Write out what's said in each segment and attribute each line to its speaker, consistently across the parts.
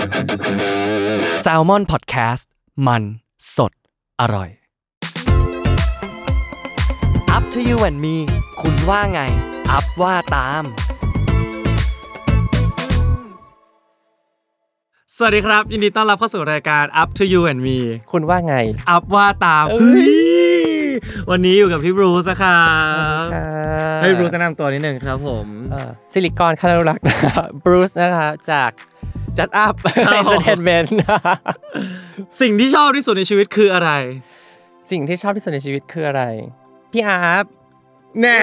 Speaker 1: Salmon Podcast มันสดอร่อย Up to you and me คุณว่าไง อัพว่าตาม
Speaker 2: สวัสดีครับยินดีต้อนรับเข้าสู่รายการ Up to you and me
Speaker 3: คุณว่าไง
Speaker 2: อัพว่าตามวันนี้อยู่กับพี่บรูซนะครับให้บรูซแนะนำตัวนิดนึงครับผม
Speaker 3: ซิลิคอนคานารุลักษ์นะครับบรูซนะคะจาก Just Up Entertainment
Speaker 2: สิ่งที่ชอบที่สุดในชีวิตคืออะไร
Speaker 3: สิ่งที่ชอบที่สุดในชีวิตคืออะไรพี่อาร์ฟ
Speaker 2: แน่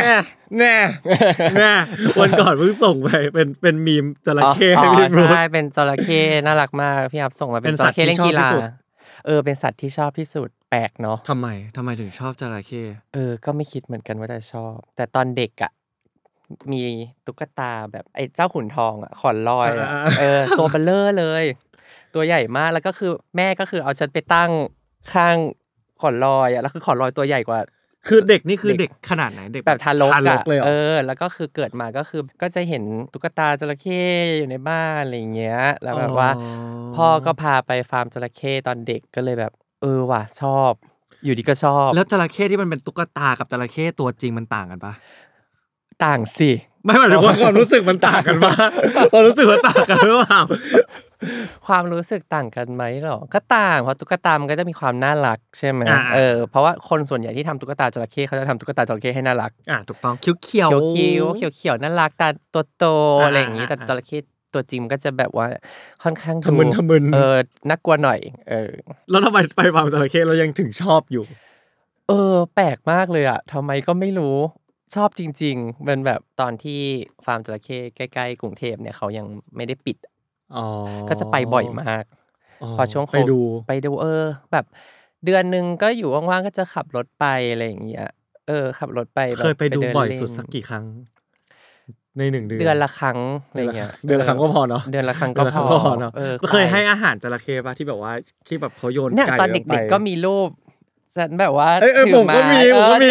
Speaker 2: วันก่อนเพิ่งส่งไปเป็นมีมจระเข้ให้พี่บรูซ
Speaker 3: ใช่เป็นจระเข้น่ารักมากพี่อาร์ฟส่งมาเป็นจระเข้เล่นกีฬาเป็นสัตว์ที่ชอบที่สุดแปลกเนาะ
Speaker 2: ทำไมถึงชอบจระเข้
Speaker 3: ก็ไม่คิดเหมือนกันว่าจะชอบแต่ตอนเด็กอ่ะมีตุ๊กตาแบบไอ้เจ้าขุนทองอ่ะขอนลอยอ่ะตัวเบลอเลยตัวใหญ่มากแล้วก็คือแม่ก็คือเอาฉันไปตั้งข้างขอนลอยอ่ะแล้วคือขอนลอยตัวใหญ่กว่า
Speaker 2: คือเด็กนี่คือเด็กขนาดไหนเด็ก
Speaker 3: แบบทารกอ่ะ
Speaker 2: เลย
Speaker 3: แล้วก็คือเกิดมาก็คือก็จะเห็นตุ๊กตาจระเข้อยู่ในบ้านอะไรอย่างเงี้ยแล้วแบบว่าพ่อก็พาไปฟาร์มจระเข้ตอนเด็กก็เลยแบบว่ะชอบอยู่ดีก็ชอบ
Speaker 2: แล้วจระเข้ที่มันเป็นตุ๊กตากับจระเข้ตัวจริงมันต่างกันปะ
Speaker 3: ต่างสิ
Speaker 2: ไม่หมายถึงว่าความรู้สึกมันต่างกันปะความรู้สึกมันต่างกันหรือเปล่า
Speaker 3: ความรู้สึกต่างกันไหมหรอก็ต่างเพราะตุ๊กตามันก็จะมีความน่ารักใช่ไหมเพราะว่าคนส่วนใหญ่ที่ทำตุ๊กตาจระเข้เขาจะทำตุ๊กตาจระเข้ให้น่ารัก
Speaker 2: ถูกต้องเขียว
Speaker 3: น่ารักตาโตๆอะไรอย่างงี้แต่จระเข้ตัวจริงก็จะแบบว่าค่อนข้าง
Speaker 2: ทะมึน
Speaker 3: น่ากลัวหน่อย
Speaker 2: แล้วทำไมไปฟาร์มจระเข้แล้วยังถึงชอบอยู่
Speaker 3: แปลกมากเลยอ่ะทำไมก็ไม่รู้ชอบจริงๆเป็นแบบตอนที่ฟาร์มจระเข้ใกล้ๆกรุงเทพเนี่ยเขายังไม่ได้ปิดก็จะไปบ่อยมากพอช่วงไปดูแบบเดือนนึงก็อยู่ว่างๆก็จะขับรถไปอะไรอย่างเงี้ยขับรถไป
Speaker 2: แบบเคยไปดูบ่อยสุดสักกี่ครั้งใน1 เดือน
Speaker 3: เดือนละครั้งอะไรเงี้ย
Speaker 2: เดือนละครั้งก็พอเนาะ
Speaker 3: เดือนละครั้งก็พอ
Speaker 2: เนาะเคยให้อาหารจระเข้ป่ะที่แบบว่าที่แบบเขาโยนไก่
Speaker 3: เนี่ยตอนเด็กๆก็มีรูปฉันแบบว่า
Speaker 2: ผมก็มี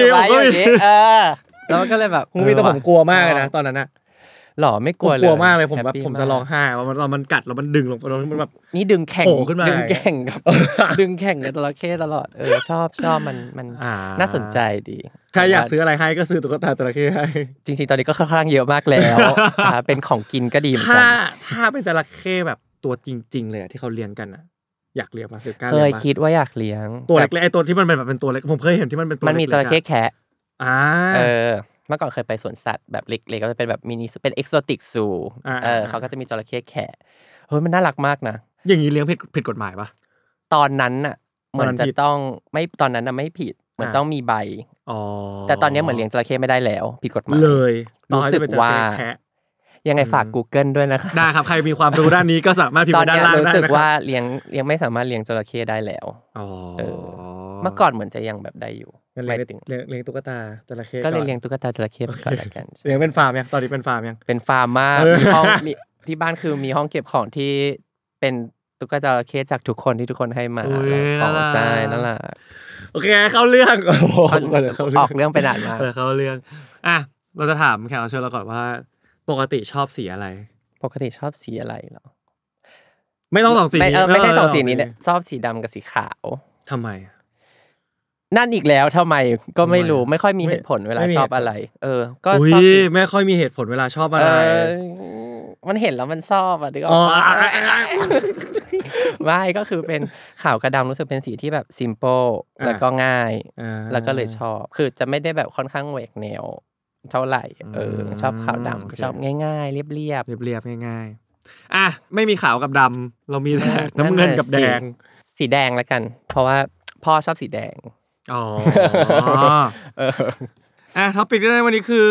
Speaker 3: แล้วมันก็เลยแบบ
Speaker 2: มีแต่ผมกลัวมากเลยนะตอนนั้นน่ะ
Speaker 3: หรอไม่กลัวเลย
Speaker 2: กลัวมากเลยผมจะร้องไห้ว่ามันกัดแล้วมันดึงลงไปมันแบบ
Speaker 3: นี่ดึงแข่ง
Speaker 2: ขึ้นมา
Speaker 3: ดึงแข่งกับจระเข้ตลอดชอบมันน่าสนใจดี
Speaker 2: ถ้าอยากซื้ออะไรให้ก็ซื้อตุ๊กตาจระเข้ให้
Speaker 3: จริงๆตอนนี้ก็ค่อนข้างเยอะมากแล้วเป็นของกินก็ดีเหมือนกัน
Speaker 2: ถ้าเป็นจระเข้แบบตัวจริงๆเลยที่เขาเลี้ยงกันอยากเลี้ยงป่ะ
Speaker 3: เคยคิดว่าอยากเลี้ยง
Speaker 2: ตัวเล็กๆไอ้ตัวที่มันเป็นตัวเล็กผมเคยเห็นที่มันเป็นตัว
Speaker 3: มันมีจระเข้แคะเมื่อก่อนเคยไปสวนสัตว์แบบเล็กๆก็จะเป็นแบบมินิเป็นเอ็กโซติกซูเขาก็จะมีจระเข้แคะมันน่ารักมากนะ
Speaker 2: อย่างนี้เลี้ยงผิดกฎหมายป่ะ
Speaker 3: ตอนนั้นน่ะเหมือนจะต้องไม่ตอนนั้นน่ะไม่ผิดเหมือนต้องมีใบแต่ตอนนี้เหมือนเลี้ยงจระเข้ไม่ได้แล้วผิดกฎหมาย
Speaker 2: เลย
Speaker 3: รู้สึกว่ายังไงฝาก Google ด้วยนะคะ
Speaker 2: ได้ครับใครมีความรู้ด้านนี้ก็สามารถพิมพ์ด้านล่างได้นะครับ
Speaker 3: รู้สึกว่าเลี้ยงไม่สามารถเลี้ยงจระเข้ได้แล้วเมื่อก่อนเหมือนจะยังแบบได้อยู่
Speaker 2: เลี้ยงตุ๊กตาจระเข้
Speaker 3: ก็เลยเลี้ยงตุ๊กตาจระเข้ไปก่อนละกัน
Speaker 2: เลี้ยงเป็นฟาร์มยังตอนนี้เป็นฟาร์มยัง
Speaker 3: เป็นฟาร์มมากมีห้องมีที่บ้านคือมีห้องเก็บของที่เป็นตุ๊กตาจระเข้จากทุกคนที่ทุกคนให้มาของใช่นั่นแหละ
Speaker 2: โอเคเข้าเรื่องอ
Speaker 3: อกเรื่องไปนานมาก
Speaker 2: เข้าเรื่องเราจะถามแขกรับเชิญเราก่อนว่าปกติชอบสีอะไร
Speaker 3: ปกติชอบสีอะไรเหรอ
Speaker 2: ไม่ต้อง2 สี
Speaker 3: ไม่ใช่2 สีนี้เนี่ยชอบสีดำกับสีขาว
Speaker 2: ทำไม
Speaker 3: นั่นอีกแล้วทำไมก็ไม่รู้ไม่ค่อยมีเหตุผลเวลาชอบอะไร
Speaker 2: ก็ชอบไม่ค่อยมีเหตุผลเวลาชอบอะไร
Speaker 3: มันเห็นแล้วมันชอบอ่ะดิก็ไม่ก็คือเป็นขาวกับดำรู้สึกเป็นสีที่แบบซิมเปิลแล้วก็ง่ายแล้วก็เลยชอบคือจะไม่ได้แบบค่อนข้างแหวกแนวเท่าไหร่ชอบขาวดำชอบง่ายๆเรียบ
Speaker 2: ง่ายๆไม่มีขาวกับดำเรามีแต่น้ำเงินกับแดง
Speaker 3: สีแดงแล้วกันเพราะว่าพ่อชอบสีแดง
Speaker 2: ท็อปิกในวันนี้คือ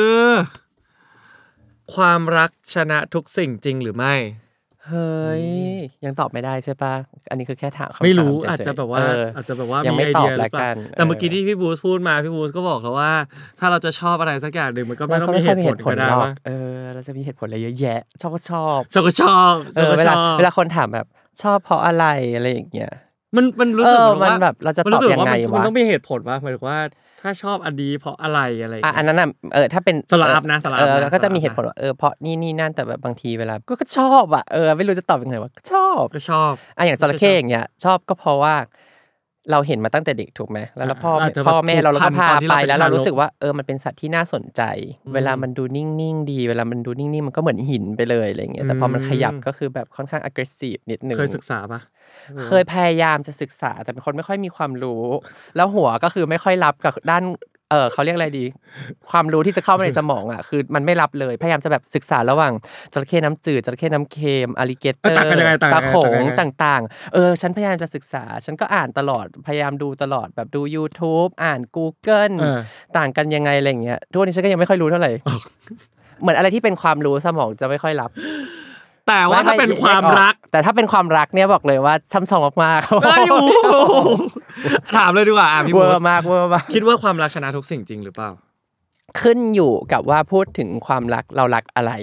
Speaker 2: ความรักชนะทุกสิ่งจริงหรือไม่
Speaker 3: เฮ้ยยังตอบไม่ได้ใช่ป่ะอันนี้คือแค่ถาม
Speaker 2: ไม่รู้อาจจะแบบว่า
Speaker 3: ยังไม่ตอบแล้วกัน
Speaker 2: แต่เมื่อกี้ที่พี่บูสพูดมาพี่บูสก็บอกแล้วว่าถ้าเราจะชอบอะไรสักอย่างนึงมันก็ไม่ต้องมีเหตุผลก็ได้ว่า
Speaker 3: เราจะมีเหตุผลอะไรเยอะแยะชอบเวลาคนถามแบบชอบเพราะอะไรอย่างเงี้ย
Speaker 2: มันรู้สึก
Speaker 3: มันแบบเราจะตอบยังไงวะ
Speaker 2: มันต้องมีเหตุผลว่าหมายถึงว่าถ้าชอบอันนี้เพราะอะไรอะไร
Speaker 3: อันนั้นน่ะถ้าเป็น
Speaker 2: สลับนะสลับ
Speaker 3: ก็จะมีเหตุผลว่าเพราะนี่นั่นแต่แบบบางทีเวลาก็ชอบอ่ะไม่รู้จะตอบยังไงว่าก็ชอบอย่างจระเข้อย่างเงี้ยชอบก็เพราะว่าเราเห็นมาตั้งแต่เด็กถูกไหมแล้วพ่อแม่เราก็พาไปแล้วเรารู้สึกว่ามันเป็นสัตว์ที่น่าสนใจเวลามันดูนิ่งๆดีเวลามันดูนิ่งๆมันก็เหมือนหินไปเลยอะไรเงี้ยแต่พอมันขยับก็คือแบบค่อนข้าง aggressive นิดนึง
Speaker 2: เคยศึกษาปะ
Speaker 3: เคยพยายามจะศึกษาแต่เป็นคนไม่ค่อยมีความรู้แล้วหัวก็คือไม่ค่อยรับกับด้านเขาเรียกอะไรดีความรู้ที่จะเข้ามาในสมองอ่ะคือมันไม่รับเลยพยายามจะแบบศึกษาระหว่างจระเข้น้ำจืดจระเข้น้ำเค็มอลิเกเตอร์ตาโขงต่างๆฉันพยายามจะศึกษาฉันก็อ่านตลอดพยายามดูตลอดแบบดู YouTube อ่าน Google ต่างกันยังไงอะไรอย่างเงี้ยทุกวันนี้ฉันก็ยังไม่ค่อยรู้เท่าไหร่เหมือนอะไรที่เป็นความรู้สมองจะไม่ค่อยรับ
Speaker 2: แต่ว่าถ้าเป็นความรัก
Speaker 3: แต่ถ้าเป็นความรักเนี่ยบอกเลยว่าซ้ำซ้อนมาก
Speaker 2: ๆถามเลยดีกว่าพี่
Speaker 3: เวอร์มาก
Speaker 2: คิดว่าความรักชนะทุกสิ่งจริงหรือเปล่า
Speaker 3: ขึ้นอยู่กับว่าพูดถึงความรักเรารักอะไร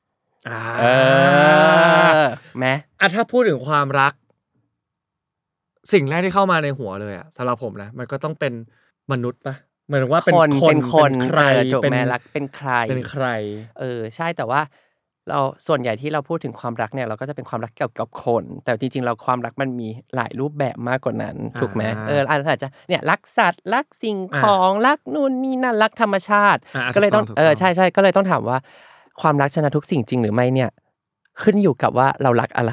Speaker 3: ไหม
Speaker 2: ถ้าพูดถึงความรักสิ่งแรกที่เข้ามาในหัวเลยสำหรับผมนะมันก็ต้องเป็นมนุษย์ปะหมายถึงว่าเป็นคนใคร
Speaker 3: เป็นรักเป็นใครใช่แต่ว่าเราส่วนใหญ่ที่เราพูดถึงความรักเนี่ยเราก็จะเป็นความรักเกี่ยวกับคนแต่จริงๆเราความรักมันมีหลายรูปแบบมากกว่านั้นถูกไหมอาจจะเนี่ยรักสัตว์รักสิ่งของรักนู่นนี่นั่นรักธรรมชาติก็เลยต้องใช่ก็เลยต้องถามว่าความรักชนะทุกสิ่งจริงหรือไม่เนี่ยขึ้นอยู่กับว่าเรารักอะไร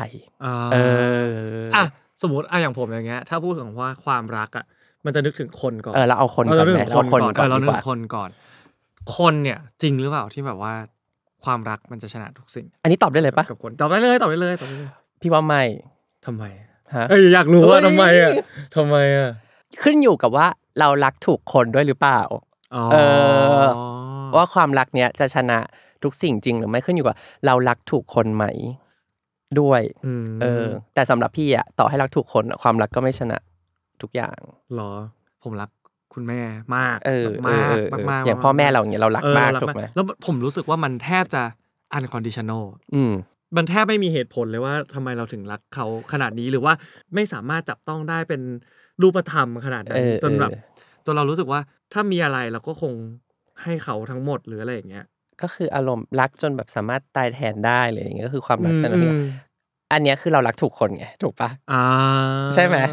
Speaker 2: สมมติอย่างผมอย่างเงี้ยถ้าพูดถึงว่าความรักมันจะนึกถึงคนก่อน
Speaker 3: เราเอาคนก่อนไหม
Speaker 2: เราคนก่อนเรานึกคนก่อนคนเนี่ยจริงหรือเปล่าที่แบบว่าความรักมันจะชนะทุกสิ่ง
Speaker 3: อันนี้ตอบได้เลยปะ
Speaker 2: กับคนตอบได้เลย
Speaker 3: พี่ว่าไม่
Speaker 2: ทำไมอยากรู้ว่าทำไม
Speaker 3: ขึ้นอยู่กับว่าเรารักถูกคนด้วยหรือเปล่าว่าความรักเนี้ยจะชนะทุกสิ่งจริงหรือไม่ขึ้นอยู่กับเรารักถูกคนไหมด้วยแต่สำหรับพี่ต่อให้รักถูกคนความรักก็ไม่ชนะทุกอย่าง
Speaker 2: หรอผมรักคุณแม่มากมาก
Speaker 3: อย่างพ่อแม่เราอย่างเงี้ยเรารักมากถูกไหม
Speaker 2: แล้วผมรู้สึกว่ามันแทบจะ unconditional มันแทบไม่มีเหตุผลเลยว่าทำไมเราถึงรักเขาขนาดนี้หรือว่าไม่สามารถจับต้องได้เป็นรูปธรรมขนาดนั้นจนเรารู้สึกว่าถ้ามีอะไรเราก็คงให้เขาทั้งหมดหรืออะไรอย่างเงี้ย
Speaker 3: ก็คืออารมณ์รักจนแบบสามารถตายแทนได้เลยอย่างเงี้ยก็คือความรักชนิดนี้อันเนี้ยคือเรารักถูกคนไงถูกปะใช่ไหม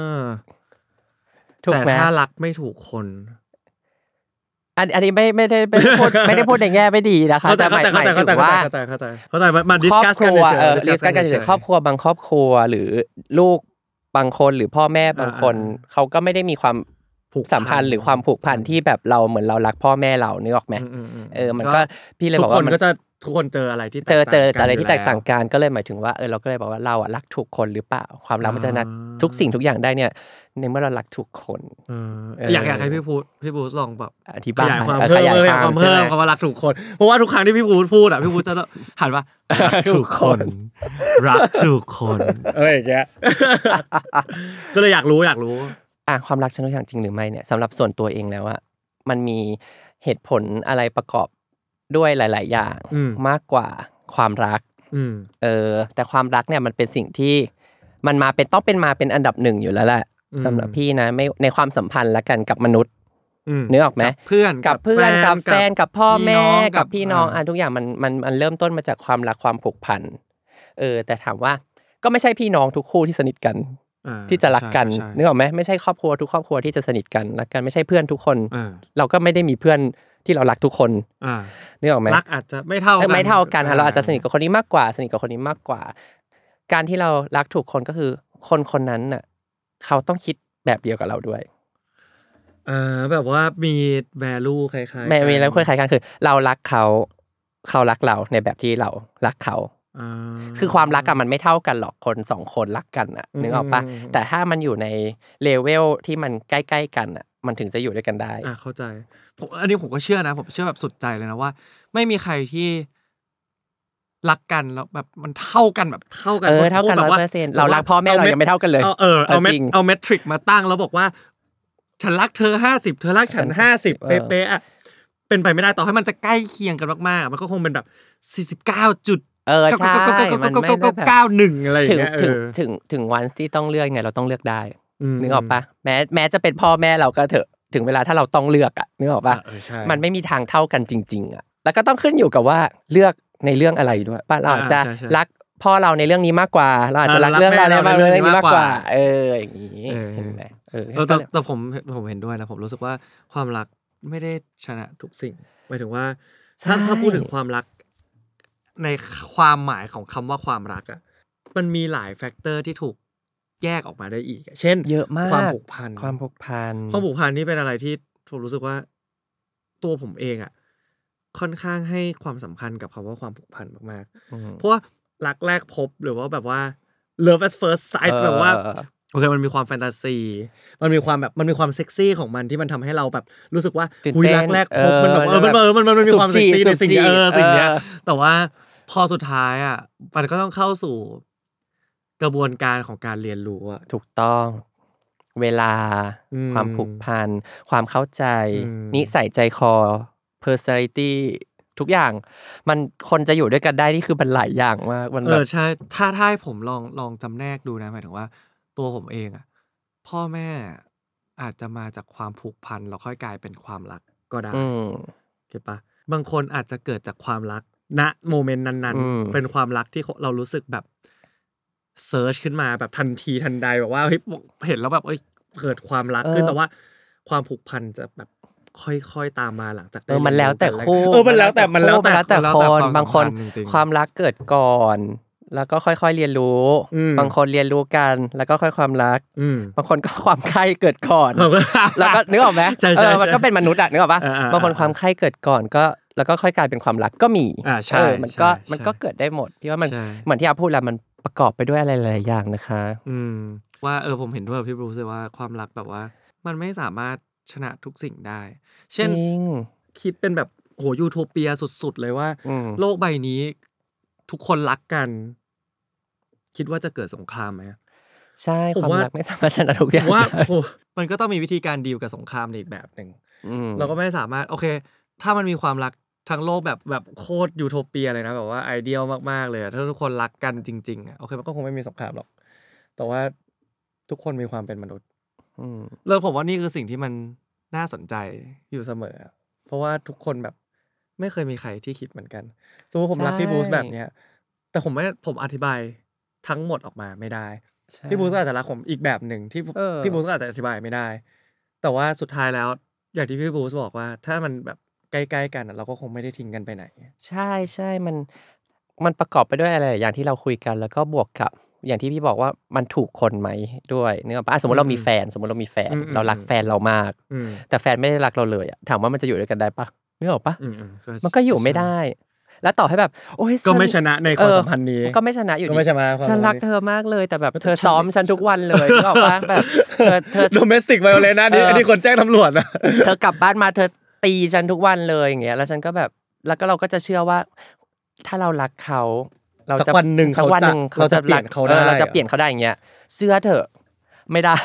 Speaker 2: แต่ถ้ารักไม่ถูกคน
Speaker 3: อันนี้ไม่ได้พูดในแง่ไม่ดีนะคะแต่หมายถึงว่า
Speaker 2: เข้าใจมาดิสคัสกัน
Speaker 3: เฉยๆครอบครัวบางครอบครัวหรือลูกบางคนหรือพ่อแม่บางคนเขาก็ไม่ได้มีความสัมพันธ์หรือความผูกพันที่แบบเราเหมือนเรารักพ่อแม่เรานึกออกไหมมันก็พี่เลยบอกว่า
Speaker 2: ทุกคนเจออะไรที่
Speaker 3: เจออะไรที่แตกต่างกันก็เลยหมายถึงว่าเราก็เลยบอกว่าเรารักถูกคนหรือเปล่าความรักมันจะชนะทุกสิ่งทุกอย่างได้เนี่ยในเมื่อเรารักถูกคน
Speaker 2: อยากให้พี่พูดลองแบบ
Speaker 3: อธิบาย
Speaker 2: ขยายความเพิ่มคำว่ารักถูกคนเพราะว่าทุกครั้งที่พี่พูดพี่พูดจะหันว่ารักถูกคนรักถูกคนอย่างเงี้ยก็เลยอยากรู้
Speaker 3: ความรักชนะทุกอย่างจริงหรือไม่เนี่ยสำหรับส่วนตัวเองแล้วมันมีเหตุผลอะไรประกอบด้วยหลายๆอย่างมากกว่าความรักแต่ความรักเนี่ยมันเป็นสิ่งที่มันต้องเป็นอันดับหนึ่งอยู่แล้วแหละสำหรับพี่นะไม่ในความสัมพันธ์ละกันกับมนุษย์นึกออกไหม
Speaker 2: เพื่อน
Speaker 3: กับแฟนกับพ่อแม่กับพี่น้องทุกอย่างมันเริ่มต้นมาจากความรักความผูกพันแต่ถามว่าก็ไม่ใช่พี่น้องทุกคู่ที่สนิทกันที่จะรักกันนึกออกไหมไม่ใช่ครอบครัวทุกครอบครัวที่จะสนิทกันรักกันไม่ใช่เพื่อนทุกคนเราก็ไม่ได้มีเพื่อนที่เรารักทุกคนนึกออกไหม
Speaker 2: รักอาจจะไม่เท่า
Speaker 3: กันเราอาจจะสนิทกับคนนี้มากกว่าสนิทกับคนนี้มากกว่าการที่เรารักถูกคนก็คือคนนั้นน่ะเขาต้องคิดแบบเดียวกับเราด้วย
Speaker 2: แบบว่ามี value คล้ายๆ
Speaker 3: ไม่มีแล้วคล้ายๆกันคือเรารักเขารักเราในแบบที่เรารักเขาคือความรักมันไม่เท่ากันหรอกคนสองคนรักกันนึกออกปะแต่ถ้ามันอยู่ในเลเวลที่มันใกล้ๆกันมันถึงจะอยู่ด้วยกันได้
Speaker 2: เข้าใจอันนี้ผมก็เชื่อนะผมเชื่อแบบสุดใจเลยนะว่าไม่มีใครที่รักกันแล้วแบบมันเท่ากันแบบเท่ากัน
Speaker 3: แบบว่าเรารักพ่อแม่เรายังไม่เท่ากันเลย
Speaker 2: เอาเมทริกมาตั้งแล้วบอกว่าฉันรักเธอ50เธอรักฉัน50เป๊ะๆเป็นไปไม่ได้ต่อให้มันจะใกล้เคียงกันมากๆมันก็คงเป็นแบบ49จุด
Speaker 3: ใช่มันไม่ได้แบบ
Speaker 2: 91อะไรอย่างเงี้ย
Speaker 3: ถึงวันที่ต้องเลือกไงเราต้องเลือกได้นึกออกปะแม้จะเป็นพ่อแม่เราก็เถอะถึงเวลาถ้าเราต้องเลือกอ่ะนึกออกป่ะมันไม่มีทางเท่ากันจริงๆอ่ะแล้วก็ต้องขึ้นอยู่กับว่าเลือกในเรื่องอะไรด้วยป่ะเราอาจจะรักพ่อเราในเรื่องนี้มากกว่าเราอาจจะรักเรื่องเราในเรื่องนี้มากกว่าอย่างนี้เห็นไหม
Speaker 2: แต่ผมเห็นด้วยนะผมรู้สึกว่าความรักไม่ได้ชนะทุกสิ่งหมายถึงว่าถ้าพูดถึงความรักในความหมายของคำว่าความรักอ่ะมันมีหลายแฟกเตอร์ที่ถูกแยกออกมาได้อีกเช่น
Speaker 3: เยอะมาก
Speaker 2: ความผูกพันนี่เป็นอะไรที่ผมรู้สึกว่าตัวผมเองอ่ะค่อนข้างให้ความสำคัญกับคำว่าความผูกพันมากๆเพราะว่ารักแรกพบหรือว่าแบบว่า love at first sight แบบว่าโอเคมันมีความแฟนตาซีมันมีความเซ็กซี่ของมันที่มันทำให้เราแบบรู้สึกว่าคุยรักแรกพบมันแบบมันมีความเซ็กซี่ในสิ่งเนี้ยแต่ว่าพอสุดท้ายอ่ะมันก็ต้องเข้าสู่กระบวนการของการเรียนรู้อ่ะ
Speaker 3: ถูกต้องเวลาความผูกพันความเข้าใจนิสัยใจคอ personality ทุกอย่างมันคนจะอยู่ด้วยกันได้นี่คือมันหลายอย่างมากมันแบบ
Speaker 2: ใช่ถ้าให้ผมลองจำแนกดูนะหมายถึงว่าตัวผมเองอ่ะพ่อแม่อาจจะมาจากความผูกพันแล้วค่อยกลายเป็นความรักก็ได้เก็ตปะบางคนอาจจะเกิดจากความรักณโมเมนต์นั้นๆเป็นความรักที่เรารู้สึกแบบเซิร์ชขึ้นมาแบบทันทีทันใดแบบว่าเห็นแล้วแบบเกิดความรักขึ้นแต่ว่าความผูกพันจะแบบค่อยๆตามมาหลังจากได้
Speaker 3: มันแล้วแต่คู่
Speaker 2: มันแล้วแต่
Speaker 3: คนบางคนความรักเกิดก่อนแล้วก็ค่อยๆเรียนรู้บางคนเรียนรู้กันแล้วก็ค่อยความรักบางคนก็ความใคร่เกิดก่อนแล้วก็นึกออกไหมมันก็เป็นมนุษย์อะนึกออกปะบางคนความใคร่เกิดก่อนก็แล้วก็ค่อยกลายเป็นความรักก็มีมันก็เกิดได้หมดพี่ว่ามันเหมือนที่อาพูดแล้วมันประกอบไปด้วยอะไรหลายๆอย่างนะคะ
Speaker 2: ว่าผมเห็นด้วยกับพี่บรูซเลยว่าความรักแบบว่ามันไม่สามารถชนะทุกสิ่งได้เช่นคิดเป็นแบบโหยูโทเปียสุดๆเลยว่าโลกใบนี้ทุกคนรักกันคิดว่าจะเกิดสงครามไหม
Speaker 3: ใช่ความรักไม่สามารถชนะทุกอย่าง
Speaker 2: ว่ามันก็ต้องมีวิธีการดีลกับสงครามในอีกแบบนึงเราก็ไม่สามารถโอเคถ้ามันมีความรักทั้งโลกแบบโคตรยูโทเปียเลยนะแบบว่าไอเดียลมากๆเลยถ้าทุกคนรักกันจริงๆโอเคมันก็คงไม่มีสงครามหรอกแต่ว่าทุกคนมีความเป็นมนุษย์แล้วผมว่านี่คือสิ่งที่มันน่าสนใจอยู่เสมอเพราะว่าทุกคนแบบไม่เคยมีใครที่คิดเหมือนกันสมมติผมรักพี่บูสแบบเนี้ยแต่ผมอธิบายทั้งหมดออกมาไม่ได้พี่บูสอาจจะรักผมอีกแบบหนึ่งที่พี่บูสอาจจะอธิบายไม่ได้แต่ว่าสุดท้ายแล้วอย่างที่พี่บูสบอกว่าถ้ามันแบบใกล้ๆกันเราก็คงไม่ได้ทิ้งกันไปไหน
Speaker 3: ใช่มันประกอบไปด้วยอะไรอย่างที่เราคุยกันแล้วก็บวกกับอย่างที่พี่บอกว่ามันถูกคนไหมด้วยนึกออกปะสมมติเรามีแฟนเรารักแฟนเรามากแต่แฟนไม่ได้รักเราเลยถามว่ามันจะอยู่ด้วยกันได้ปะนึกออกปะมันก็อยู่ไม่ได้แล้วต่อให้แบบโอ้ย
Speaker 2: ก็ไม่ชนะในความสัมพันธ์นี้
Speaker 3: ก็ไม่ชนะอยู่ดีฉันรักเธอมากเลยแต่แบบเธอซ้อมฉันทุกวันเลยนึกออกปะแบบเธอ
Speaker 2: domestic violence นะอันนี้คนแจ้งตำรวจนะ
Speaker 3: เธอกลับบ้านมาเธอตีฉันทุกวันเลยอย่างเงี้ยแล้วฉันก็แบบแล้วก็เราก็จะเชื่อว่าถ้าเรารักเขา
Speaker 2: สักวันหนึ่งเราจะเปลี่ยนเขาได้
Speaker 3: เราจะเปลี่ยนเขาได้อย่างเงี้ยเชื่อเถอะไม่ได้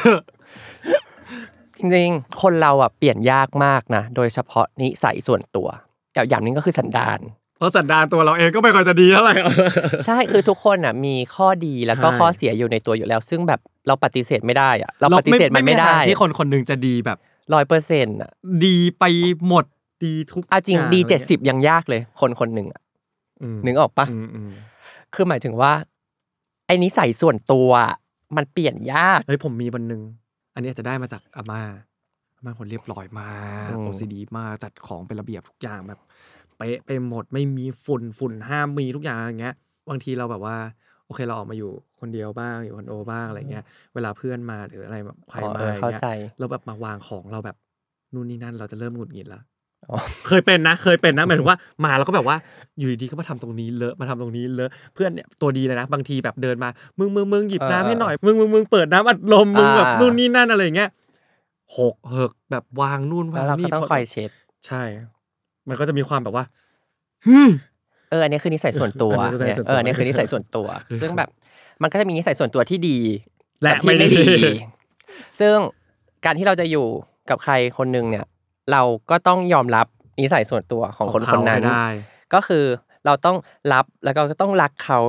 Speaker 3: จริงๆคนเราเปลี่ยนยากมากนะโดยเฉพาะนิสัยส่วนตัวอย่างนึงก็คือสันดาน
Speaker 2: เพราะสันดานตัวเราเองก็ไม่ค่อยจะดีเท่าไหร่
Speaker 3: ใช่คือทุกคนมีข้อดีแล้วก็ข้อเสียอยู่ในตัวอยู่แล้วซึ่งแบบเราปฏิเสธไม่ได้เราปฏิเสธมันไม่ได้
Speaker 2: ที่คนนึงจะดีแบบ
Speaker 3: 100%
Speaker 2: ดีไปหมดดีทุก
Speaker 3: จริงดี70ยังยากเลยคนนึงนึกออกปะคือหมายถึงว่าไอ้นิสัยส่วนตัวมันเปลี่ยนยาก
Speaker 2: เฮ้ยผมมีวันนึงอันนี้จะได้มาจากอาม่าคนเรียบร้อยมาก OCD มากจัดของเป็นระเบียบทุกอย่างแบบเป๊ะไปหมดไม่มีฝุ่นห้ามมีทุกอย่างอย่างเงี้ยบางทีเราแบบว่าโอเคเราออกมาอยู่คนเดียวบ้างอยู่คอนโดบ้างอะไรเงี้ยเวลาเพื่อนมาหรืออะไรแบบใครมาอย่างเงี้ยเราแบบมาวางของเราแบบนู่นนี่นั่นเราจะเริ่มหงุดหงิดแล้วเคยเป็นนะหมายถึงว่ามาแล้วก็แบบว่าอยู่ดีๆก็มาทำตรงนี้เลอะมาทำตรงนี้เลอะเพื่อนเนี่ยตัวดีเลยนะบางทีแบบเดินมามึงหยิบน้ำให้หน่อยมึงเปิดน้ำอัดลมมึงแบบนู่นนี่นั่นอะไรเงี้ยหกเหิกแบบวางนู่นวางนี่
Speaker 3: เราก็ต้องคอยเช็ด
Speaker 2: ใช่มันก็จะมีความแบบว่า
Speaker 3: อันนี้คือนิสัยส่วนตัวอันนี้คือนิสัยส่วนตัวซึ่งแบบมันก็จะมีนิสัยส่วนตัวที่ดี
Speaker 2: และที่ไม่ดี
Speaker 3: ซึ่งการที่เราจะอยู่กับใครคนนึงเนี่ยเราก็ต้องยอมรับนิสัยส่วนตัวของคนนั้นก็คือเราต้องรับแล้วก็ต้องรักเขา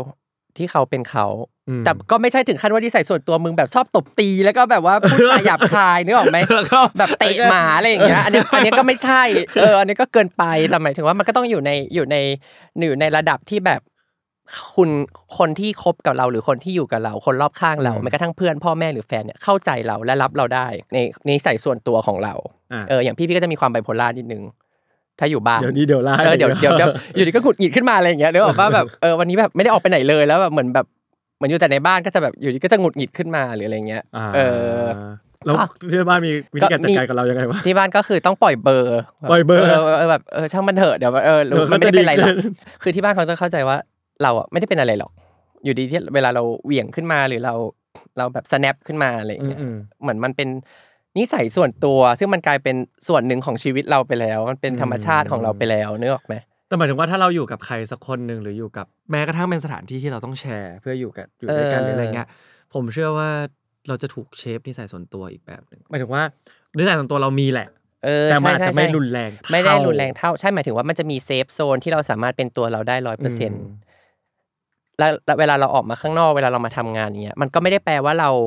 Speaker 3: ที่เขาเป็นเขาแต่ก็ไม่ใช่ถึงขั้นว่านิสัยส่วนตัวมึงแบบชอบตบตีแล้วก็แบบว่าพูดจาหยาบคายนึกออกไหมแบบเตะหมาอะไรอย่างเงี้ยอันนี้ก็ไม่ใช่อันนี้ก็เกินไปแต่หมายถึงว่ามันก็ต้องอยู่ในระดับที่แบบคนที่คบกับเราหรือคนที่อยู่กับเราคนรอบข้างเราแม้กระทั่งเพื่อนพ่อแม่หรือแฟนเนี่ยเข้าใจเราและรับเราได้ในนิสัยส่วนตัวของเราอย่างพี่ก็จะมีความไบโพล่านิดนึงถ้าอยู่บ้าน
Speaker 2: เดี๋ยวนี้เดี๋ยวไล่
Speaker 3: เดี๋ยวอยู่ดีก็หงุดหงิดขึ้นมาอะไรอย่างเงี้ยนึกออกป่ะแบบวันนี้แบบไม่ได้ออกไปไหนเลยแล้วแบบเหมือนอยู่แต่ในบ้านก็จะแบบอยู่ดีก็จะหงุดหงิดขึ้นมาหรืออะไรเงี้ย
Speaker 2: แล้วที่บ้านมีวิธีการจัดการกับเรายังไงวะ
Speaker 3: ที่บ้านก็คือต้องปล่อยเบอร์แบบช่างมันเถอะเดี๋ยวมันไม่ได้เป็นอะไรหรอกคือที่บ้านเขาจะเข้าใจว่าเราอ่ะไม่ได้เป็นอะไรหรอกอยู่ดีที่เวลาเราเหวี่ยงขึ้นมาหรือเราแบบ snap ขึ้นมาอะไรอย่างเงี้ยเหมือนมันเป็นนิสัยส่วนตัวซึ่งมันกลายเป็นส่วนหนึ่งของชีวิตเราไปแล้วมันเป็นธรรมชาติของเราไปแล้วนึกออกไหม
Speaker 2: แต่หมายถึงว่าถ้าเราอยู่กับใครสักคนนึงหรืออยู่กับแม้กระทั่งเป็นสถานที่ที่เราต้องแชร์เพื่ออยู่ด้วยกันหรืออะไรเงี้ยผมเชื่อว่าเราจะถูกเชฟนิสัยส่วนตัวอีกแบบนึงหมายถึงว่านิสัยส่วนตัวเรามีแหละแต่มันอาจจะไม่รุนแรง
Speaker 3: ไม่ได้รุนแรงเท่าใช่หมายถึงว่ามันจะมีเซฟโซนที่เราสามารถเป็นตัวเราได้ 100%แล้วเวลาเราออกมาข้างนอกเวลาเรามาทำงานอย่างเงี้ยมันก็ไม่ได้แปลว่าเรา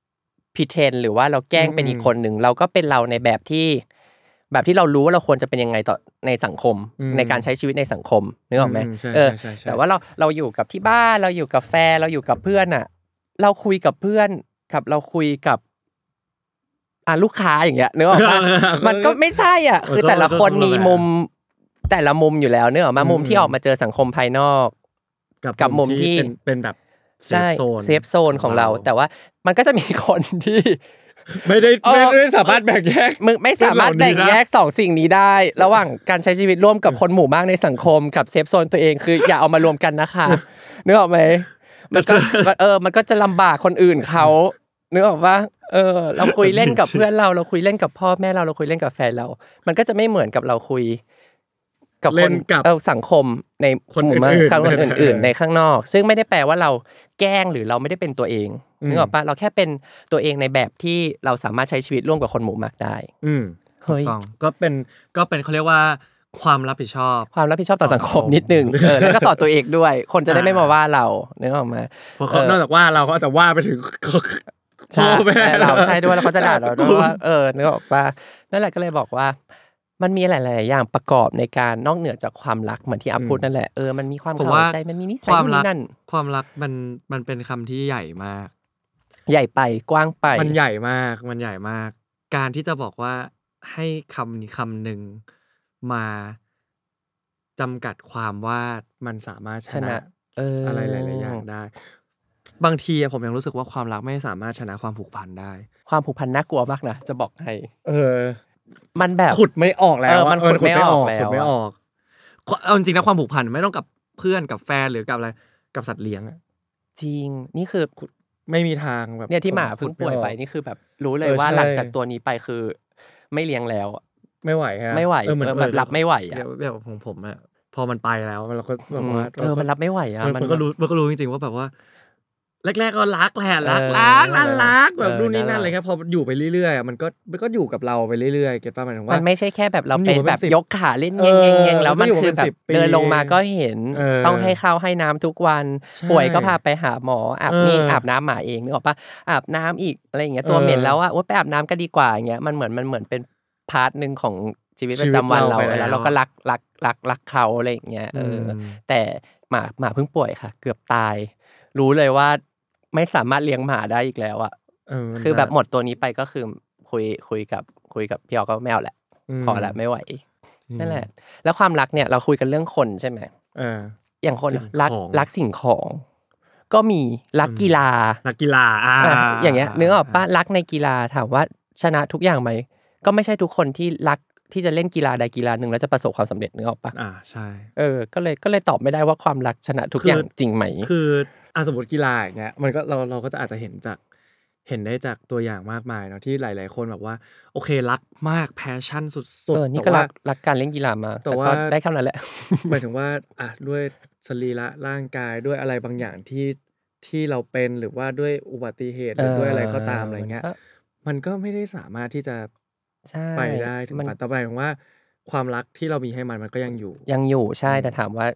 Speaker 3: pretend หรือว่าเราแกล้งเป็นอีกคนหนึ่งเราก็เป็นเราในแบบที่เรารู้ว่าเราควรจะเป็นยังไงต่อในสังคมในการใช้ชีวิตในสังคมนึกออกไหมแต่ว่าเราอยู่กับที่บ้านเราอยู่กับแฟนเราอยู่กับเพื่อนอ่ะเราคุยกับเพื่อนกับเราคุยกับลูกค้าอย่างเงี้ยนึกออกป่ะมันก็ไม่ใช่อ่ะคือแต่ละคนมีมุมแต่ละมุมอยู่แล้วนึกออกมั้ยมุมที่ออกมาเจอสังคมภายนอกกับมุมที่
Speaker 2: เป็นแบบ
Speaker 3: เซฟโซนของเราแต่ว่ามันก็จะมีคนที่
Speaker 2: ไม่ได้สามารถแบ่งแยก
Speaker 3: มึงไม่สามารถแบ่งแยก2สิ่งนี้ได้ระหว่างการใช้ชีวิตร่วมกับคนหมู่มากในสังคมกับเซฟโซนตัวเองคืออย่าเอามารวมกันนะคะนึกออกมั้ยมันก็จะลำบากคนอื่นเขานึกออกป่ะเราคุยเล่นกับเพื่อนเราคุยเล่นกับพ่อแม่เราคุยเล่นกับแฟนเรามันก็จะไม่เหมือนกับเราคุยกับคนสังคมในคนอื่นในข้างนอกซึ่งไม่ได้แปลว่าเราแกล้งหรือเราไม่ได้เป็นตัวเองนึกออกป่ะเราแค่เป็นตัวเองในแบบที่เราสามารถใช้ชีวิตร่วมกับคนหมู่มากได้
Speaker 2: เฮ้ยก็เป็นเขาเรียกว่าความรับผิดชอบ
Speaker 3: ต่อสังคมนิดนึงแล้วก็ต่อตัวเองด้วยคนจะได้ไม่มาว่าเรานึกออกมั้ย
Speaker 2: เพราะเขานอกจากว่าเราเขาจะว่าไปถึงพ่อแม่
Speaker 3: เราใช่ด้วยแล้วเขาจะด่าเราด้วยว่านึกออกป่ะนั่นแหละก็เลยบอกว่ามันมีหลายๆอย่างประกอบในการนอกเหนือจากความรักเหมือนที่พูดนั่นแหละมันมีความเข้าใจมันมีนิสัยนั่น
Speaker 2: ความรักมันเป็นคำที่ใหญ่มาก
Speaker 3: ใหญ่ไปกว้างไป
Speaker 2: มันใหญ่มากการที่จะบอกว่าให้คำนึงมาจำกัดความว่ามันสามารถชนะอะไรหลายๆอย่างได้บางทีผมยังรู้สึกว่าความรักไม่สามารถชนะความผูกพันได้
Speaker 3: ความผูกพันน่ากลัวมากนะจะบอกให้มันแบบ
Speaker 2: ขุดไม่ออกแล้ว
Speaker 3: มันขุดไม่ออก
Speaker 2: เอาจริงๆนะความผูกพันไม่ต้องกับเพื่อนกับแฟนหรือกับอะไรกับสัตว์เลี้ยง
Speaker 3: จริงนี่คือ
Speaker 2: ไม่มีทางแบบ
Speaker 3: เนี่ยที่หมาเพิ่งป่วยไปนี่คือแบบรู้เลยว่าหลังจากตัวนี้ไปคือไม่เลี้ยงแล้ว
Speaker 2: ไม่ไหวฮะ
Speaker 3: แบบรับไม่ไหวอ่ะ
Speaker 2: แบบของผมอ่ะพอมันไปแล้วเราก็แบบว่า
Speaker 3: มันรับไม่ไหวอ่ะ
Speaker 2: มันก็รู้จริงๆว่าแบบว่าแรกๆก็รักแหละรักแบบนู่นนี่นั่นอะไรครับพออยู่ไปเรื่อยๆมันก็อยู่กับเราไปเรื่อยๆเก็ตป่ะหมายถึงว่า
Speaker 3: มันไม่ใช่แค่แบบเราเป็นแบบยกขาเล่นเงๆแล้วมันคือแบบเดินลงมาก็เห็นต้องให้ข้าวให้น้ำทุกวันป่วยก็พาไปหาหมออาบน้ำหมาเองนึกออกป่ะอาบน้ำอีกอะไรอย่างเงี้ยตัวเหม็นแล้วอ่ะไปอาบน้ำก็ดีกว่าอย่างเงี้ยมันเหมือนเป็นพาร์ทนึงของชีวิตประจำวันเราแล้วเราก็รักเขาอะไรอย่างเงี้ยแต่หมาเพิ่งป่วยค่ะเกือบตายรู้เลยว่าไม่สามารถเลี้ยงหมาได้อีกแล้วอ่ะคือแบบหมดตัวนี้ไปก็คือคุยกับพี่ออก็ไม่เอาแหละพอละไม่ไหวนั่นแหละแล้วความรักเนี่ยเราคุยกันเรื่องคนใช่ไหมอย่างคนรักสิ่งของก็มีรักกีฬาอย่างเงี้ยนึกออกป่ะรักในกีฬาถามว่าชนะทุกอย่างไหมก็ไม่ใช่ทุกคนที่รักที่จะเล่นกีฬาใดกีฬาหนึ่งแล้วจะประสบความสำเร็จนึกออกป่ะ
Speaker 2: ใช่
Speaker 3: ก็เลยตอบไม่ได้ว่าความรักชนะทุกอย่างจริงไหม
Speaker 2: คือสมมติกีฬาอย่างเงี้ยมันก็เราก็จะอาจจะเห็นได้จากตัวอย่างมากมายเนาะที่หลายๆคนแบบว่าโอเครักมากแพชชั่นสุด
Speaker 3: ๆนี่ก็รักการเล่นกีฬามาแต่ก็ได้เท่านั้นแหละ
Speaker 2: หมายถึงว่าด้วยสรีระร่างกายด้วยอะไรบางอย่างที่เราเป็นหรือว่าด้วยอุบัติเหตุหรือด้วยอะไรก็ตามอะไรเงี้ยมันก็ไม่ได้สามารถที่จะไปได้ถึงฝันต่อไปถึงว่าความรักที่เรามีให้มันก็ยังอยู่
Speaker 3: ใช่แต่ถามว่า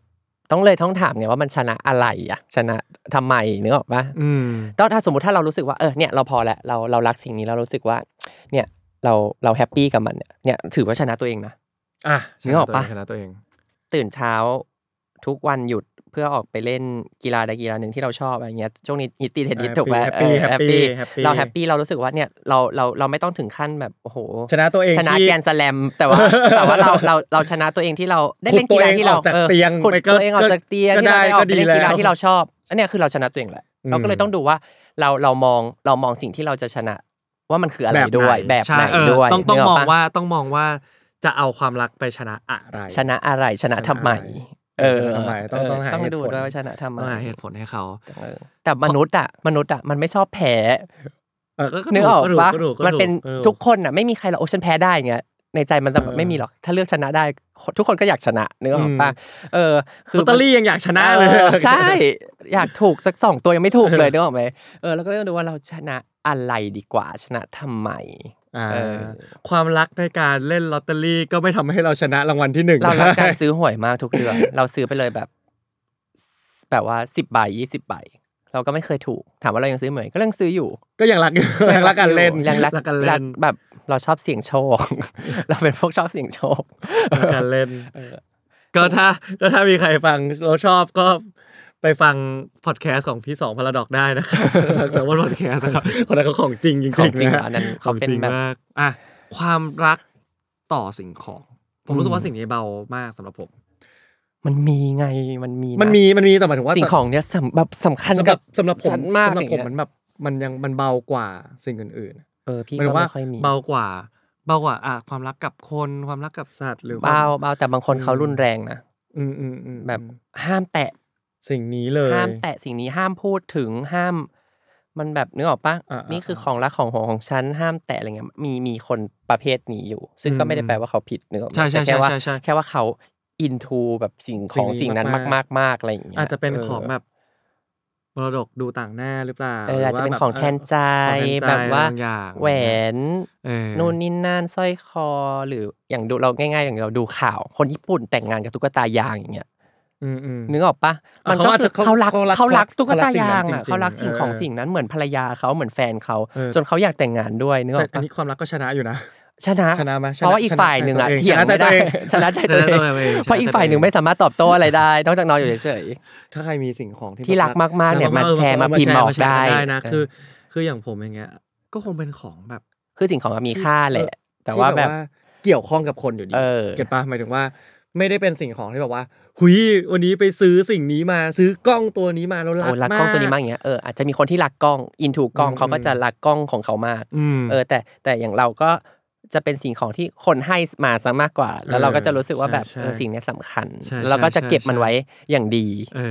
Speaker 3: ต้องถามไงว่ามันชนะอะไรอ่ะชนะทำไมนึกออกปะต้องถ้าสมมติถ้าเรารู้สึกว่าเนี่ยเราพอแล้วเรารักสิ่งนี้เรารู้สึกว่าเนี่ยเราแฮปปี้กับมันเนี่ยถือว่าชนะตัวเองนะนึกออกปะ
Speaker 2: ชนะตัวเอง
Speaker 3: ตื่นเช้าทุกวันหยุดเพื่อออกไปเล่นกีฬาใดกีฬาหนึ่งที่เราชอบอะไรเงี้ยช่วงนี้ฮิตตี้เทนนิสถูกไหมแฮปปี้เราแฮปปี้เรารู้สึกว่าเนี่ยเราไม่ต้องถึงขั้นแบบโอ้โห
Speaker 2: ชนะตัวเอง
Speaker 3: ชนะแกรนด์สแลมแต่ว่าเราชนะตัวเองที่เราได้เล่นกีฬาที่เราขุดตัวเองออกจากเตียงที่เราได้ออกไปเล่นกีฬาที่เราชอบอันนี้คือเราชนะตัวเองแหละเราก็เลยต้องดูว่าเรามองสิ่งที่เราจะชนะว่ามันคืออะไรด้วยแบบไหนด้วย
Speaker 2: ต้องมองว่าจะเอาความรักไปชนะอะไร
Speaker 3: ชนะทำไม
Speaker 2: ทำไมต้อง
Speaker 3: ดูด้วยว่าชนะทำไม
Speaker 2: ต้องหาเหตุผลให้เขา
Speaker 3: แต่มนุษย์อ่ะมันไม่ชอบแพ้นึกออกปะมันเป็นทุกคนอ่ะไม่มีใครหรอกฉันแพ้ได้เงี้ยในใจมันจะไม่มีหรอกถ้าเลือกชนะได้ทุกคนก็อยากชนะนึกออกปะ
Speaker 2: คือลอตเตอรี่ยังอยากชนะเลย
Speaker 3: ใช่อยากถูกสัก2ตัวยังไม่ถูกเลยนึกออกไหมแล้วก็ต้องดูว่าเราชนะอะไรดีกว่าชนะทำไม
Speaker 2: ความรักในการเล่นลอตเตอรี่ก็ไม่ทำให้เราชนะรางวัลที่1
Speaker 3: เรารักการซื้อหวยมากทุกเดือนเราซื้อไปเลยแบบว่า10ใบ20ใบเราก็ไม่เคยถูกถามว่าเรายังซื้อไหมก็ยังซื้ออยู่
Speaker 2: ก็ยังรักการเล่น
Speaker 3: ยังรักการเล่นแบบเราชอบเสี่ยงโชคเราเป็นพวกชอบเสี่ยงโชค
Speaker 2: การเล่นก็ถ้ามีใครฟังเราชอบก็ไปฟังพอดแคสต์ของพี่2 Paradox ได้นะครับสำหรับพอดแคสต์นะครับคนนั้นเขาของจริงจริง
Speaker 3: ๆอันนั้นเขาเป็นแบบ
Speaker 2: ความรักต่อสิ่งของผมรู้สึกว่าสิ่งนี้เบามากสำหรับผม
Speaker 3: มันมีไงมันมี
Speaker 2: แต่หมายถึงว่า
Speaker 3: สิ่งของเนี้ยแบบสำคัญกับ
Speaker 2: สำหรับผมมันแบบมันเบากว่าสิ่งอื่น
Speaker 3: ๆพี่ก็ไม่ค่อยมี
Speaker 2: เบากว่าความรักกับคนความรักกับสัตว์หรือ
Speaker 3: เบาแต่บางคนเขารุนแรงนะแบบห้ามแตะ
Speaker 2: สิ่งนี้เลย
Speaker 3: ห้ามแตะสิ่งนี้ห้ามพูดถึงห้ามมันแบบนึกออกปะนี่คือของรักของฉันห้ามแตะอะไรเงี้ยมีคนประเภทนี้อยู่ซึ่งก็ไม่ได้แปลว่าเขาผิดนึกออกมั้ยแค่ว่าเขาinto แบบสิ่งนั้นมากๆอะไรอย่างเงี้ย
Speaker 2: อาจจะเป็นของแบบมรดกดูต่างหน้าหรือเปล่า
Speaker 3: อาจจะเป็นของแทนใจแบบว่าแหวนนู่นนี่นั่นสร้อยคอหรืออย่างดูเราง่ายๆอย่างเราดูข่าวคนญี่ปุ่นแต่งงานกับตุ๊กตายางอย่างเงี้ยนึกออกปะมันก็คือเขารักตุ๊กตายางอ่ะเขารักสิ่งนั้นเหมือนภรรยาเขาเหมือนแฟนเขาจนเขาอยากแต่งงานด้วยนึกออกปะ
Speaker 2: อันนี้ความรักก็ชนะอยู่นะ
Speaker 3: ชนะเพราะว่าอีกฝ่ายหนึ่งอ่ะเถียงไม่ได้ชนะใจตัวเองเพราะอีกฝ่ายหนึ่งไม่สามารถตอบโต้อะไรได้นอกจากนอนอยู่เฉย
Speaker 2: ๆถ้าใครมีสิ่งของ
Speaker 3: ที่รักมากๆเนี่ยมาแชร์มาพิมพ์บอกได้
Speaker 2: นะคืออย่างผมอย่างเงี้ยก็คงเป็นของแบบ
Speaker 3: คือสิ่งของมีค่าแหละแต่ว่าแบบ
Speaker 2: เกี่ยวข้องกับคนอยู่ดีเก็ทป่ะหมายถึงว่าไม่ได้เป็นสิ่งของที่แบบว่าหุยวันนี้ไปซื้อสิ่งนี้มาซื้อกล้องตัวนี้มาแล้วรักมาก
Speaker 3: กล้องตัวนี้มากอย่างเงี้ยอาจจะมีคนที่รักกล้องอินทูกล้องเขาก็จะรักกล้องของเขามากแต่อย่างเราก็จะเป็นสิ่งของที่คนให้มาซะมากกว่าแล้วเราก็จะรู้สึกว่าแบบสิ่งนี้สำคัญแล้วก็จะเก็บมันไว้อย่างดี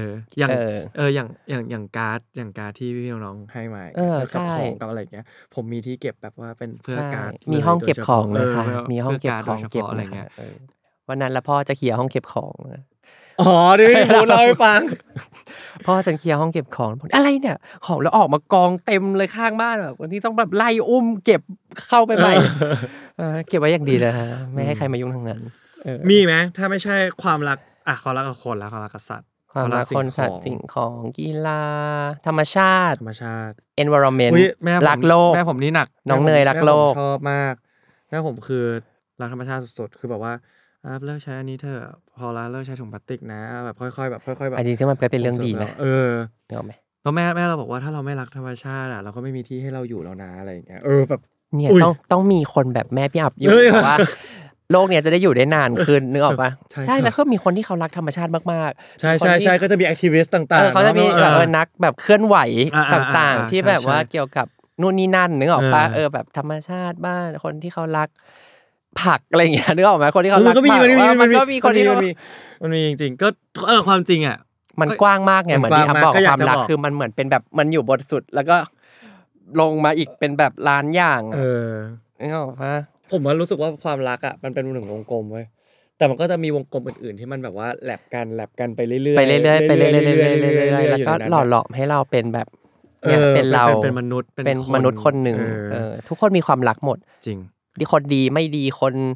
Speaker 2: อย่างการ์ดที่พี่น้องให้มากับของกับอะไรเงี้ยผมมีที่เก็บแบบว่าเป็นเพื่อการ์ด
Speaker 3: มีห้องเก็บของเลยค่ะมีห้องเก็บของเก็บอะไรเงี้ยวันนั้นแล้วพ่อจะเคลียร์ห้องเก็บของ
Speaker 2: ดิพูดเล่าให้ฟัง
Speaker 3: พ่อจะเคลียร์ห้องเก็บของอะไรเนี่ยของแล้วออกมากองเต็มเลยข้างบ้านแบบวันนี้ต้องแบบไล่อุ้มเก็บเข้าไปใหม่เก็บไว้อย่างดีเลยฮะไม่ให้ใครมายุ่งทั้งนั้น
Speaker 2: มีไหมถ้าไม่ใช่ความรักความรักกับคนแล้วความรักกับสัตว์
Speaker 3: ความรักคนสัตว์สิ่งของกีฬาธรรมชาติ environment รักโลก
Speaker 2: แม่ผมนี่หนัก
Speaker 3: น้องเนยรักโลก
Speaker 2: ชอบมากแม่ผมคือรักธรรมชาติสุดๆคือแบบว่าเลิกใช้อันนี้เถอะพอละเลิกใช้ถุงพลาสติกนะแบบค่อยๆแบบ
Speaker 3: จริงๆมันเป็นเรื่องดีนะ
Speaker 2: นึกออกมั้ยแล้วแม่เราบอกว่าถ้าเราไม่รักธรรมชาติเราก็ไม่มีที่ให้เราอยู่แล้วนะอะไรอย่างเงี้ยแบบ
Speaker 3: เนี่ยต้องมีคนแบบแม่พี่อับอยู่ว่าโลกเนี่ยจะได้อยู่ได้นานขึ้นนึกออกป่ะใช่แล้วก็มีคนที่เขารักธรรมชาติมาก
Speaker 2: ๆใช่ๆๆก็จะมีแอคทิวิสต์ต่างๆ
Speaker 3: เขาจะมีนักแบบเคลื่อนไหวต่างๆที่แบบว่าเกี่ยวกับนู่นนี่นั่นนึกออกป่ะแบบธรรมชาติบ้านคนที่เขารักผักอะไรอย่างเงี้ยนึกออกมั้ยคนที่เขารักมันก็มีคนที่
Speaker 2: มันมีจริงๆก็ความจริงอ่ะ
Speaker 3: มันกว้างมากไงเหมือนที่อัพบอกความรักคือมันเหมือนเป็นแบบมันอยู่บนสุดแล้วก็ลงมาอีกเป็นแบบล้านอย่างนึกออกป่ะ
Speaker 2: ผมว่ารู้สึกว่าความรักอ่ะมันเป็นหนึ่งวงกลมเว้ยแต่มันก็จะมีวงกลมอื่นๆที่มันแบบว่าแลบกันไปเรื่อยๆ
Speaker 3: ไปเรื่อยๆไปเรื่อยๆแล้วก็หล่อหลอมให้เราเป็นแบบเนี่ยเป็นเรา
Speaker 2: เป็นมนุษย์
Speaker 3: เป็นมนุษย์คนนึงทุกคนมีความรักหมด
Speaker 2: จริง
Speaker 3: คนดีไม่ดีคน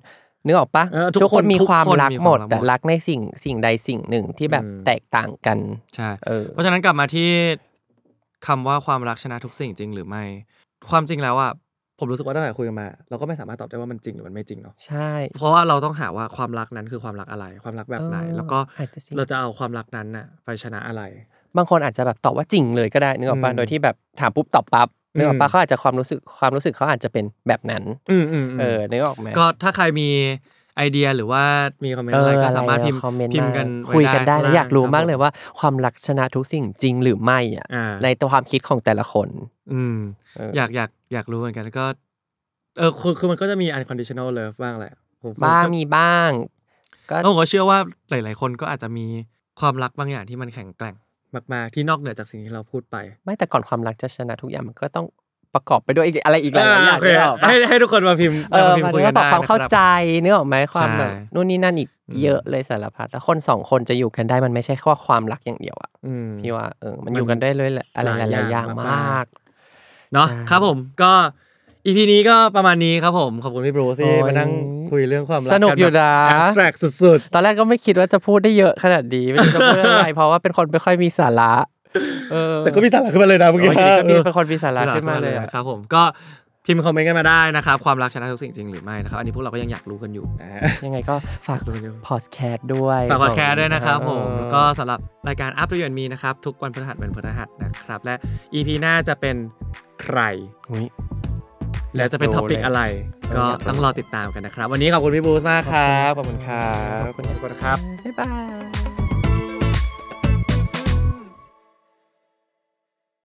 Speaker 3: นึกออกปะทุกคนมีความรักหมดแต่รักในสิ่งใดสิ่งหนึ่งที่แบบแตกต่างกัน
Speaker 2: ใช่เพราะฉะนั้นกลับมาที่คำว่าความรักชนะทุกสิ่งจริงหรือไม่ความจริงแล้วอ่ะผมรู้สึกว่าตั้งแต่คุยกันมาเราก็ไม่สามารถตอบได้ว่ามันจริงหรือมันไม่จริงเนาะ
Speaker 3: ใช่
Speaker 2: เพราะว่าเราต้องหาว่าความรักนั้นคือความรักอะไรความรักแบบไหนแล้วก็เราจะเอาความรักนั้นน่ะไปชนะอะไร
Speaker 3: บางคนอาจจะแบบตอบว่าจริงเลยก็ได้นึกออกป่ะโดยที่แบบถามปุ๊บตอบปั๊บนึกออกป่ะเขาอาจจะความรู้สึกเขาอาจจะเป็นแบบนั้นนึกออกมั้ย
Speaker 2: ก็ถ้าใครมีไอเดียหรือว่ามีคอมเมนต์อะไรก็สามารถพิมพ์กัน
Speaker 3: คุยกันได้แล้วอยากรู้มากเลยว่าความรักชนะทุกสิ่งจริงหรือไม่อ่ะในตัวความคิดของแต่ละคน
Speaker 2: อยากรู้เหมือนกันก็คือมันก็จะมี unconditional love บ้างแหละ
Speaker 3: มีบ้าง
Speaker 2: ผมก็เชื่อว่าหลายๆคนก็อาจจะมีความรักบางอย่างที่มันแข็งแกร่งมากๆที่นอกเหนือจากสิ่งที่เราพูดไป
Speaker 3: ไม่แต่ก่อนความรักจะชนะทุกอย่างมันก็ต้องประกอบไปด้วยอะไรอีกหลายอย่าง
Speaker 2: ให้ทุกคนมาพิมพ์
Speaker 3: คุยกันได้ความเข้าใจนึกออกไหมความแบบนู่นนี่นั่นอีกเยอะเลยสารพัดแล้วคน2คนจะอยู่กันได้มันไม่ใช่แค่ความรักอย่างเดียวอ่ะพี่ว่ามันอยู่กันได้เลยอะไรหลายๆอย่างมาก
Speaker 2: เนาะครับผมก็ EP นี้ก็ประมาณนี้ครับผมขอบคุณพี่บรูซที่มานั่งคุยเรื่องความรัก
Speaker 3: สนุกอยู่นะ
Speaker 2: abstract สุด
Speaker 3: ๆตอนแรกก็ไม่คิดว่าจะพูดได้เยอะขนาดนี้ไม่รู้จะพูดอะไรเพราะว่าเป็นคนไม่ค่อยมีสาระ
Speaker 2: แต่ก็มีสาระขึ้นมาเลยนะเมื่อกี้
Speaker 3: เป็นคนมีสาระขึ้นมาเลย
Speaker 2: ครับผมก็พิมพ์คอมเมนต์กันมาได้นะครับความรักชนะทุกสิ่งจริงหรือไม่นะครับอันนี้พวกเราก็ยังอยากรู้กันอยู่นะ
Speaker 3: ยังไงก็ฝากพอดแคสต์ด้วย
Speaker 2: ฝากพอดแคสต์ด้วยนะครับผมก็สำหรับรายการ Up to You and Me นะครับทุกวันพฤหัสเป็นพฤหัสนะครับและ EP หน้าจะเป็นใครแล้วจะเป็นท็อปิกอะไรก็ต้องรอติดตามกันนะครับวันนี้ขอบคุณพี่บูสมากครับขอบคุณครับ
Speaker 3: ขอบคุณทุกคนครับบ๊ายบาย